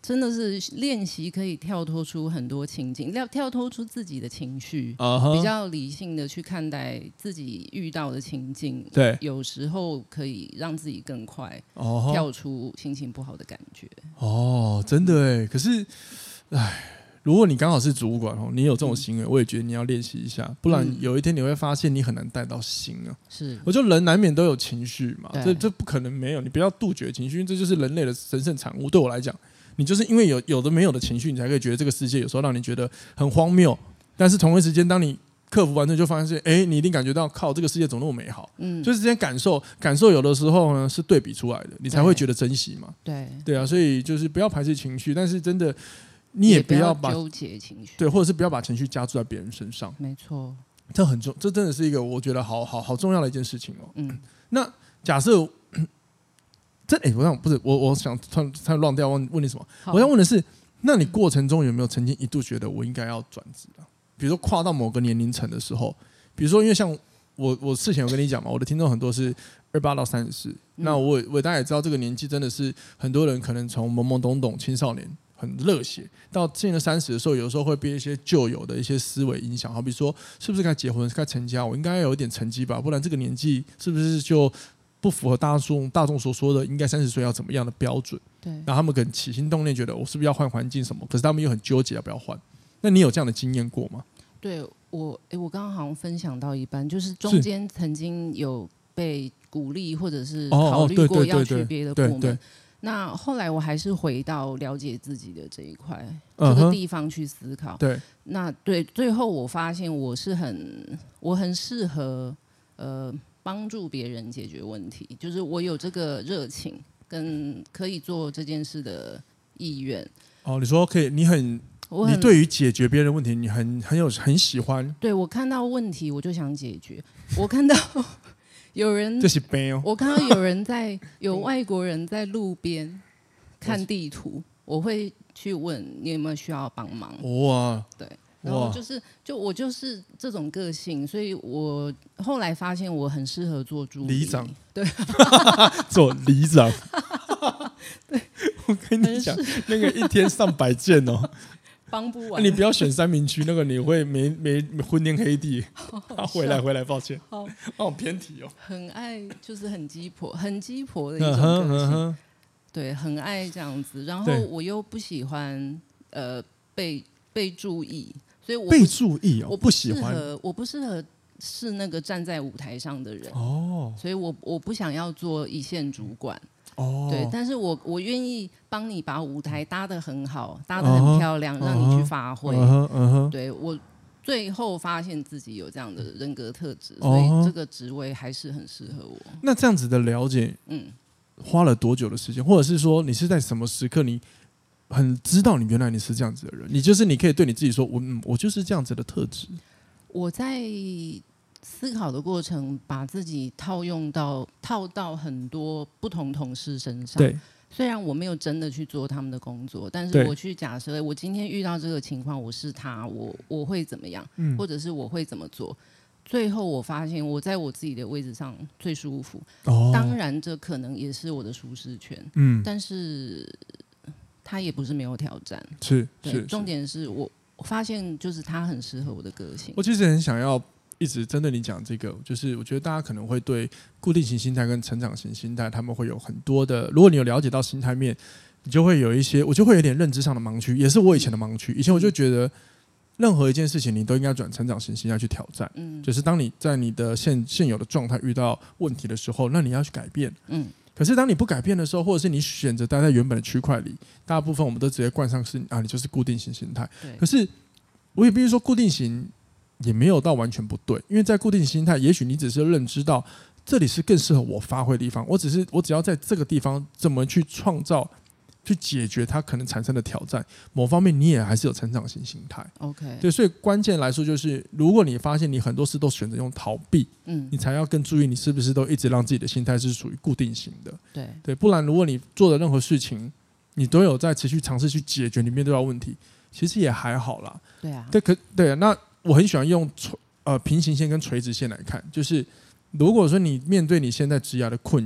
真的是练习可以跳脱出很多情境，跳跳脱出自己的情绪， uh-huh. 比较理性的去看待自己遇到的情境。 对， 有时候可以让自己更快、 uh-huh. 跳出心情不好的感觉。 哦，真的哎，可是，哎，如果你刚好是主管哦，你有这种行为，嗯、我也觉得你要练习一下，不然有一天你会发现你很难带到心啊。 是， 我觉得人难免都有情绪嘛，这这不可能没有，你不要杜绝情绪，因为这就是人类的神圣产物。对我来讲，你就是因为有有的没有的情绪，你才可以觉得这个世界有时候让你觉得很荒谬。但是同一时间，当你克服完之后，就发现，哎，你一定感觉到，靠，这个世界怎么那么美好？嗯，就是这些感受，感受有的时候呢是对比出来的，你才会觉得珍惜嘛。 对， 对啊，所以就是不要排斥情绪，但是真的。你也不要把纠结情绪， 对，或者是不要把情绪加注在别人身上。 没错， 这很重，这真的是一个我觉得好好好重要的一件事情哦。 嗯， 那假设这哎、欸，我想不是我，我想突然突然乱掉，问问你什么？我想问的是，那你过程中有没有曾经一度觉得我应该要转职啊？比如说跨到某个年龄层的时候，比如说因为像我我事前有跟你讲嘛，我的听众很多是二八到三十四，那我我大家也知道这个年纪真的是很多人可能从懵懵懂懂青少年。很热血，到进了三十的时候，有时候会被一些旧有的一些思维影响，好比说是不是该结婚、该成家，我应该有一点成绩吧，不然这个年纪是不是就不符合大众大众所说的应该三十岁要怎么样的标准？ 对， 然后他们可能起心动念觉得我是不是要换环境什么，可是他们又很纠结要不要换。那你有这样的经验过吗？ 对我，哎，我刚刚好像分享到一半，就是中间曾经有被鼓励或者是考虑过要去别的部门。哦哦对对对对对对那后来我还是回到了解自己的这一块、uh-huh, 这个地方去思考。 对， 那对，最后我发现我是很我很适合呃帮助别人解决问题，就是我有这个热情跟可以做这件事的意愿。 哦，你说可以，你很。很你对于解决别人的问题，你很很有很喜欢。 对，我看到问题我就想解决，我看到。有人， 这是悲哦。 我看到有人在，有外国人在路边看地图，我会去问你有没有需要帮忙。 哇， 对，然后就是就我就是这种个性，所以我后来发现我很适合做助理里长， 对， 做里长。 对， 我跟你讲，那个一天上百件哦。 帮不完， 你不要选三明区，那个你会没没昏天黑地。啊、回来回来，抱歉，好，好偏题哦。 很爱就是很鸡婆，很鸡婆的一种个性， uh-huh, uh-huh. 对，很爱这样子。然后我又不喜欢呃被被注意，所以我被注意哦， 我不喜欢， 我不适合是那个站在舞台上的人哦， 所以我我不想要做一线主管。 哦， 对，但是我我愿意帮你把舞台搭得很好，搭得很漂亮， uh-huh, 让你去发挥。 uh-huh, uh-huh. 对，我最后发现自己有这样的人格特质， uh-huh. 所以这个职位还是很适合我。 那这样子的了解，嗯，花了多久的时间？或者是说，你是在什么时刻你很知道你原来你是这样子的人？你就是你可以对你自己说，我嗯，我就是这样子的特质。 我在思考的过程，把自己套用到套到很多不同同事身上。 对， 虽然我没有真的去做他们的工作，但是我去假设，我今天遇到这个情况，我是他，我我会怎么样、嗯，或者是我会怎么做？最后我发现，我在我自己的位置上最舒服。哦、当然，这可能也是我的舒适圈。嗯，但是他也不是没有挑战。 是是， 重点是我我发现，就是他很适合我的个性。 我其实很想要。一直针对你讲这个，就是我觉得大家可能会对固定型心态跟成长型心态，他们会有很多的。如果你有了解到心态面，你就会有一些，我就会有点认知上的盲区，也是我以前的盲区。以前我就觉得，任何一件事情你都应该转成长型心态去挑战。嗯，就是当你在你的现现有的状态遇到问题的时候，那你要去改变。嗯，可是当你不改变的时候，或者是你选择待在原本的区块里，大部分我们都直接冠上是啊，你就是固定型心态。可是我也必须说，固定型。也没有到完全不对，因为在固定心态，也许你只是认知到这里是更适合我发挥的地方，我只是我只要在这个地方怎么去创造、去解决它可能产生的挑战，某方面你也还是有成长型心态。 OK， 对，所以关键来说就是，如果你发现你很多事都选择用逃避，嗯，你才要更注意你是不是都一直让自己的心态是属于固定型的。 对对，不然如果你做的任何事情，你都有在持续尝试去解决你面对到问题，其实也还好啦。 对啊， 对，可对啊，那。我很喜欢用呃平行线跟垂直线来看，就是如果说你面对你现在职涯的困境，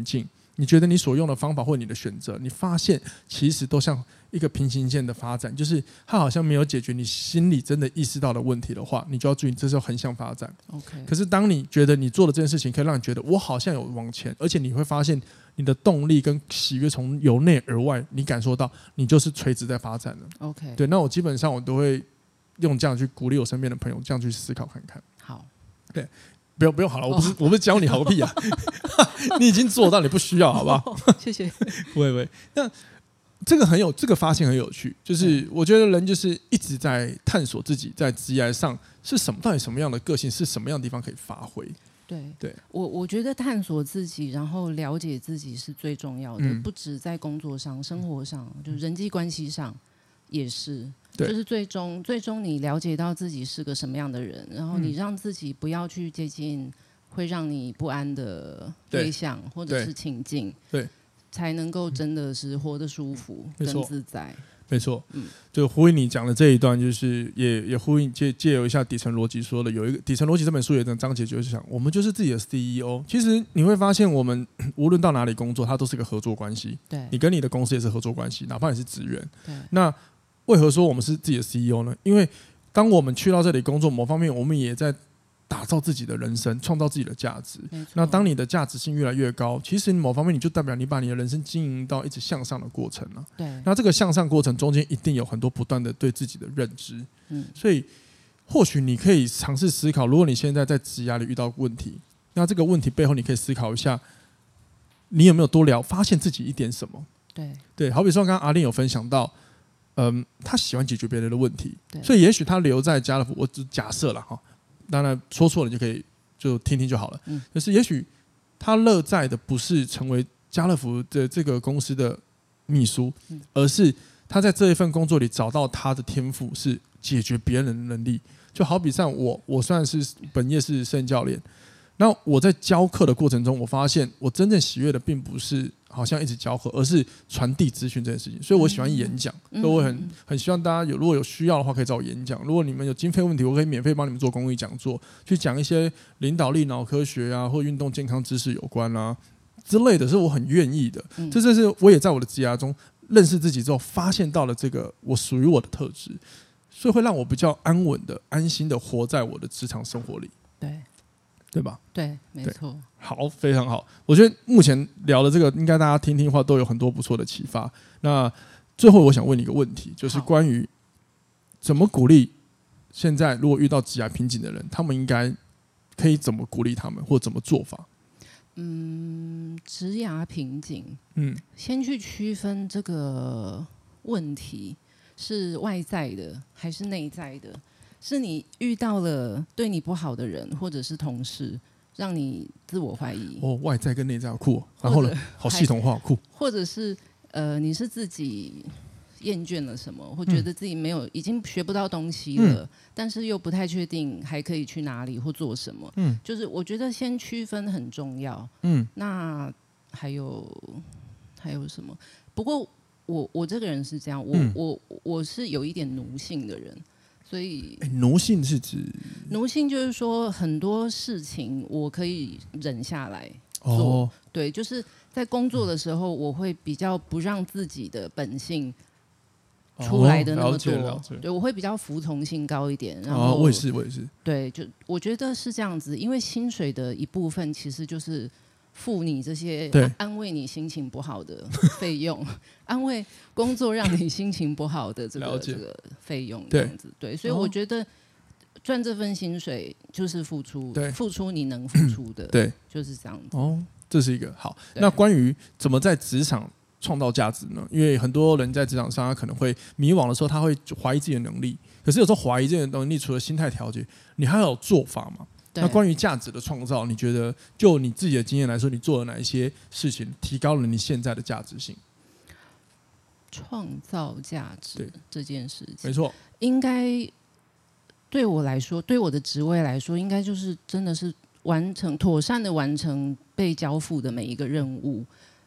你觉得你所用的方法或你的选择，你发现其实都像一个平行线的发展，就是它好像没有解决你心里真的意识到的问题的话，你就要注意，这是横向发展。 OK。 可是当你觉得你做的这件事情可以让你觉得我好像有往前，而且你会发现你的动力跟喜悦从由内而外，你感受到你就是垂直在发展了。 OK。 对，那我基本上我都会用这样去鼓励我身边的朋友，这样去思考看看。 好， 对。不用不用好了，我不是、哦、我不是教你好个屁啊！你已经做到，你不需要，好不好？ 哦、谢谢。 不会不会，那这个很有，这个发现很有趣，就是我觉得人就是一直在探索自己在职业上是什么，到底什么样的个性，是什么样的地方可以发挥。 对对， 我我觉得探索自己，然后了解自己是最重要的， 嗯、 不止在工作上、生活上，就人际关系上也是。就是最终，最终你了解到自己是个什么样的人，然后你让自己不要去接近会让你不安的对象或者是情境， 对， 才能够真的是活得舒服、更自在。 没错， 嗯， 就呼应你讲的这一段，就是也也呼应借借由一下底层逻辑说的，有一个底层逻辑这本书有一个章节就是讲，我们就是自己的 C E O。其实你会发现，我们无论到哪里工作，它都是个合作关系。 对， 你跟你的公司也是合作关系，哪怕你是职员。 对， 那为何说我们是自己的 C E O 呢？因为当我们去到这里工作，某方面我们也在打造自己的人生，创造自己的价值。那当你的价值性越来越高，其实某方面你就代表你把你的人生经营到一直向上的过程了。 对。 那这个向上过程中间一定有很多不断的对自己的认知。嗯。所以或许你可以尝试思考，如果你现在在职涯里遇到问题，那这个问题背后你可以思考一下，你有没有多聊发现自己一点什么？ 对。 对，好比说刚刚阿令有分享到。嗯，他喜欢解决别人的问题，所以也许他留在家乐福，我只假设了哈，当然说错了你就可以就听听就好了。嗯，就是也许他乐在的不是成为家乐福的这个公司的秘书，嗯、而是他在这一份工作里找到他的天赋是解决别人的能力。就好比像我，我虽然是本业是摄影教练，那我在教课的过程中，我发现我真正喜悦的并不是。好像一直教课，而是传递资讯这件事情，所以我喜欢演讲，嗯、所以我很很希望大家有如果有需要的话，可以找我演讲。如果你们有经费问题，我可以免费帮你们做公益讲座，去讲一些领导力、脑科学啊，或运动健康知识有关啊之类的，是我很愿意的。嗯、这就是我也在我的职涯中认识自己之后，发现到了这个我属于我的特质，所以会让我比较安稳的、安心的活在我的职场生活里。 对。 对吧？ 对，没错。 好，非常好。我觉得目前聊的这个，应该大家听听的话，都有很多不错的启发。那最后，我想问你一个问题，就是关于怎么鼓励现在如果遇到职涯瓶颈的人，他们应该可以怎么鼓励他们，或怎么做法？ 嗯，职涯瓶颈，嗯，先去区分这个问题是外在的还是内在的。是你遇到了对你不好的人，或者是同事，让你自我怀疑。 哦，外在跟内在好酷、哦，然后呢，好系统化，酷。 或者是呃，你是自己厌倦了什么，或觉得自己没有，已经学不到东西了，嗯、但是又不太确定还可以去哪里或做什么。嗯，就是我觉得先区分很重要。嗯，那还有还有什么？不过我我这个人是这样，我、嗯、我我是有一点奴性的人。所以， 奴性是指奴性就是说很多事情我可以忍下来做， 哦、 对，就是在工作的时候，我会比较不让自己的本性出来的那么多， 哦、 对，我会比较服从性高一点。然后、 哦、我也是，我也是， 对，就我觉得是这样子，因为薪水的一部分其实就是付你这些安慰你心情不好的费用，安慰工作让你心情不好的这个这个费用，这样子，对，所以我觉得赚这份薪水就是付出，付出你能付出的， 对， 就是这样子。 哦，这是一个好。那关于怎么在职场创造价值呢？因为很多人在职场上，他可能会迷惘的时候，他会怀疑自己的能力。可是有时候怀疑自己的能力，除了心态调节，你还有做法吗？那关于价值的创造，你觉得就你自己的经验来说，你做了哪一些事情提高了你现在的价值性？ 创造价值这件事情， 没错， 应该对我来说，对我的职位来说，应该就是真的是完成妥善的完成被交付的每一个任务，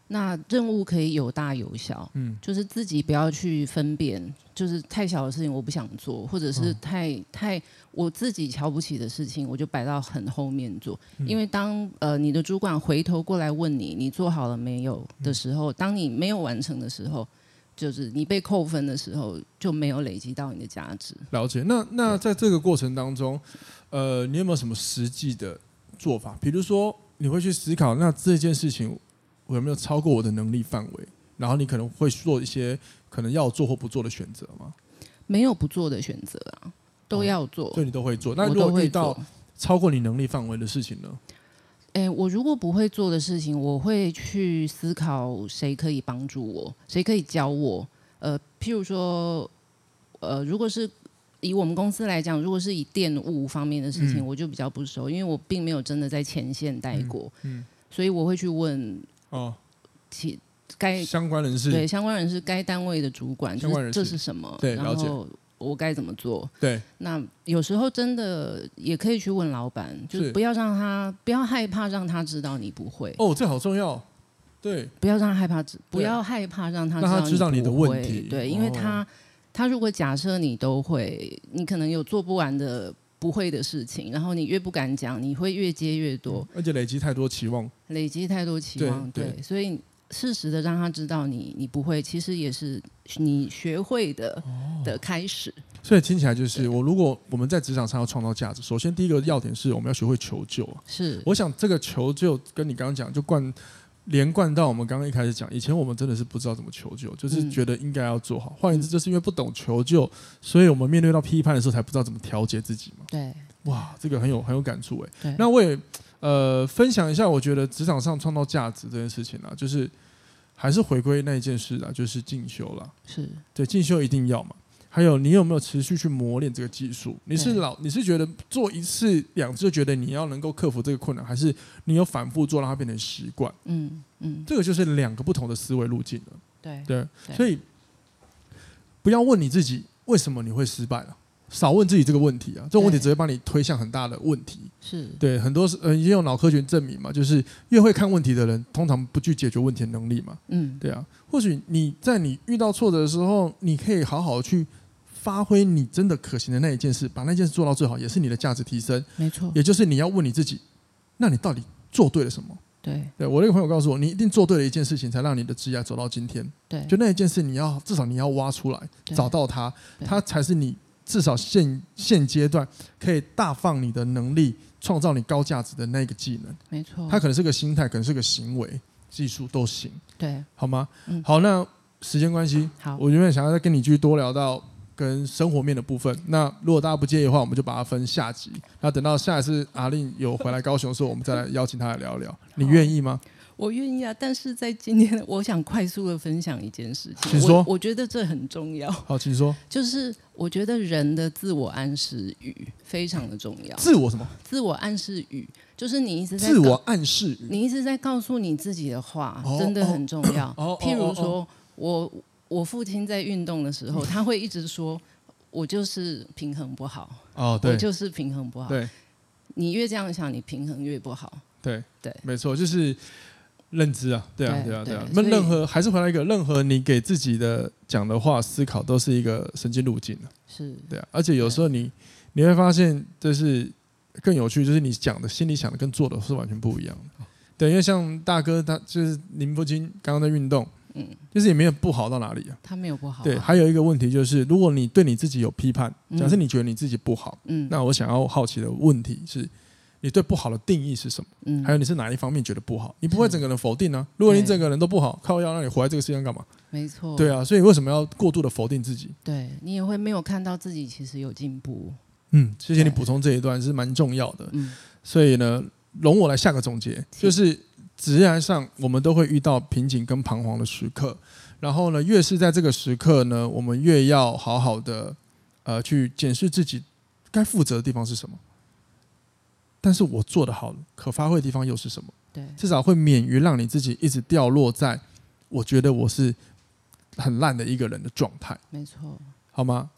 那任务可以有大有小，嗯，就是自己不要去分辨，就是太小的事情我不想做，或者是太、嗯、太我自己瞧不起的事情，我就摆到很后面做。嗯、因为当呃你的主管回头过来问你你做好了没有的时候，嗯、当你没有完成的时候，就是你被扣分的时候，就没有累积到你的价值。 了解。那那在这个过程当中，呃，你有没有什么实际的做法？比如说，你会去思考，那这件事情我有没有超过我的能力范围？然后你可能会做一些可能要做或不做的选择吗？ 没有不做的选择啊，都要做。 所以你都会做。那如果遇到超过你能力范围的事情呢？ 欸、我如果不会做的事情，我会去思考谁可以帮助我，谁可以教我。呃，譬如说，呃，如果是以我们公司来讲，如果是以电务方面的事情，嗯、我就比较不熟，因为我并没有真的在前线待过，嗯嗯、所以我会去问哦，其该相关人士， 对相关人士该单位的主管，就是这是什么， 对， 然后我该怎么做？ 对， 那有时候真的也可以去问老板，就是不要让他不要害怕让他知道你不会。 哦，这好重要。对， 不要让他害怕，不要害怕让他知道 你, 让他知道你的问题。 对，因为他、哦、他如果假设你都会，你可能有做不完的不会的事情，然后你越不敢讲，你会越接越多， 而且累积太多期望， 累积太多期望。对， 对, 对，所以适时的让他知道你你不会，其实也是你学会的、哦、的开始。 所以听起来就是，我如果我们在职场上要创造价值，首先第一个要点是我们要学会求救。 是， 我想这个求救跟你刚刚讲就贯连贯到我们刚刚一开始讲，以前我们真的是不知道怎么求救，就是觉得应该要做好。换言之，就是因为不懂求救，所以我们面对到批判的时候才不知道怎么调节自己嘛。 对， 哇，这个很有很有感触哎。对，那我也呃分享一下，我觉得职场上创造价值这件事情啊，就是还是回归那一件事啊，就是进修啦。 是， 对，进修一定要嘛。还有，你有没有持续去磨练这个技术？你是老，你是觉得做一次两次就觉得你要能够克服这个困难，还是你有反复做让它变成习惯？嗯嗯，这个就是两个不同的思维路径了。 对对, 对，所以不要问你自己为什么你会失败了，少问自己这个问题啊，这种问题只会把你推向很大的问题。 是对，很多呃已经有脑科学证明嘛，就是越会看问题的人，通常不具解决问题的能力嘛。嗯，对啊，或许你在你遇到挫折的时候，你可以好好去发挥你真的可行的那一件事，把那件事做到最好，也是你的价值提升。 没错， 也就是你要问你自己，那你到底做对了什么？ 对， 对我那个朋友告诉我，你一定做对了一件事情，才让你的职业走到今天。 对， 就那一件事，你要至少你要挖出来，找到它，它才是你至少现现阶段可以大放你的能力，创造你高价值的那个技能。 没错， 它可能是个心态，可能是个行为，技术都行。 对， 好吗？嗯、好，那时间关系， 好， 我原本想要再跟你继续多聊到跟生活面的部分，那如果大家不介意的话，我们就把它分下集。那等到下一次阿令有回来高雄的时候，我们再来邀请他来聊聊。你愿意吗？ 我愿意啊，但是在今天，我想快速的分享一件事情。 请说。 我, 我觉得这很重要。 好，请说。 就是我觉得人的自我暗示语非常的重要。 自我什么？ 自我暗示语，就是你一直在自我暗示语， 你一直在告诉你自己的话，哦、真的很重要。哦、譬如说，哦、我我父亲在运动的时候，他会一直说。我就是平衡不好， 哦，对， 我就是平衡不好。 对， 你越这样想，你平衡越不好。 对对， 没错，就是认知啊，对啊，对啊，对啊。那任何还是回来一个，任何你给自己的讲的话、思考，都是一个神经路径啊。 是， 对啊。而且有时候你你会发现，就是更有趣，就是你讲的、心里想的跟做的是完全不一样的。对，因为像大哥他就是您父亲刚刚在运动。嗯，就是也没有不好到哪里啊。 他没有不好、啊。 对，还有一个问题就是，如果你对你自己有批判，假设你觉得你自己不好，嗯，那我想要好奇的问题是，你对不好的定义是什么？嗯，还有你是哪一方面觉得不好？你不会整个人否定啊。如果你整个人都不好，靠腰，那你活在这个世界上干嘛？ 没错。 对啊，所以为什么要过度的否定自己？ 对你也会没有看到自己其实有进步。 嗯，谢谢你补充这一段是蛮重要的。嗯，所以呢，容我来下个总结，就是职业上我们都会遇到瓶颈跟彷徨的时刻，然后呢，越是在这个时刻呢，我们越要好好的呃去检视自己该负责的地方是什么，但是我做得好可发挥的地方又是什么？ 对， 至少会免于让你自己一直掉落在我觉得我是很烂的一个人的状态。 没错， 好吗？ 对，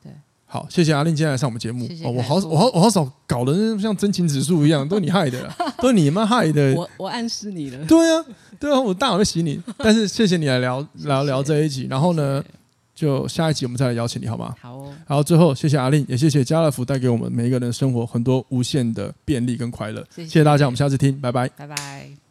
好，谢谢阿令今天来上我们节目。 谢谢哦、我好我好我好少搞得像真情指数一样，都是你害的啦，都是你妈害的。 我我暗示你了。 对啊，对啊，我大脑在洗你。但是谢谢你来聊聊聊这一集，然后呢，就下一集我们再来邀请你好吗？ 好哦。 然后最后谢谢阿令，也谢谢家乐福带给我们每一个人的生活很多无限的便利跟快乐。 谢谢， 谢谢大家，我们下次听，拜拜， 拜拜。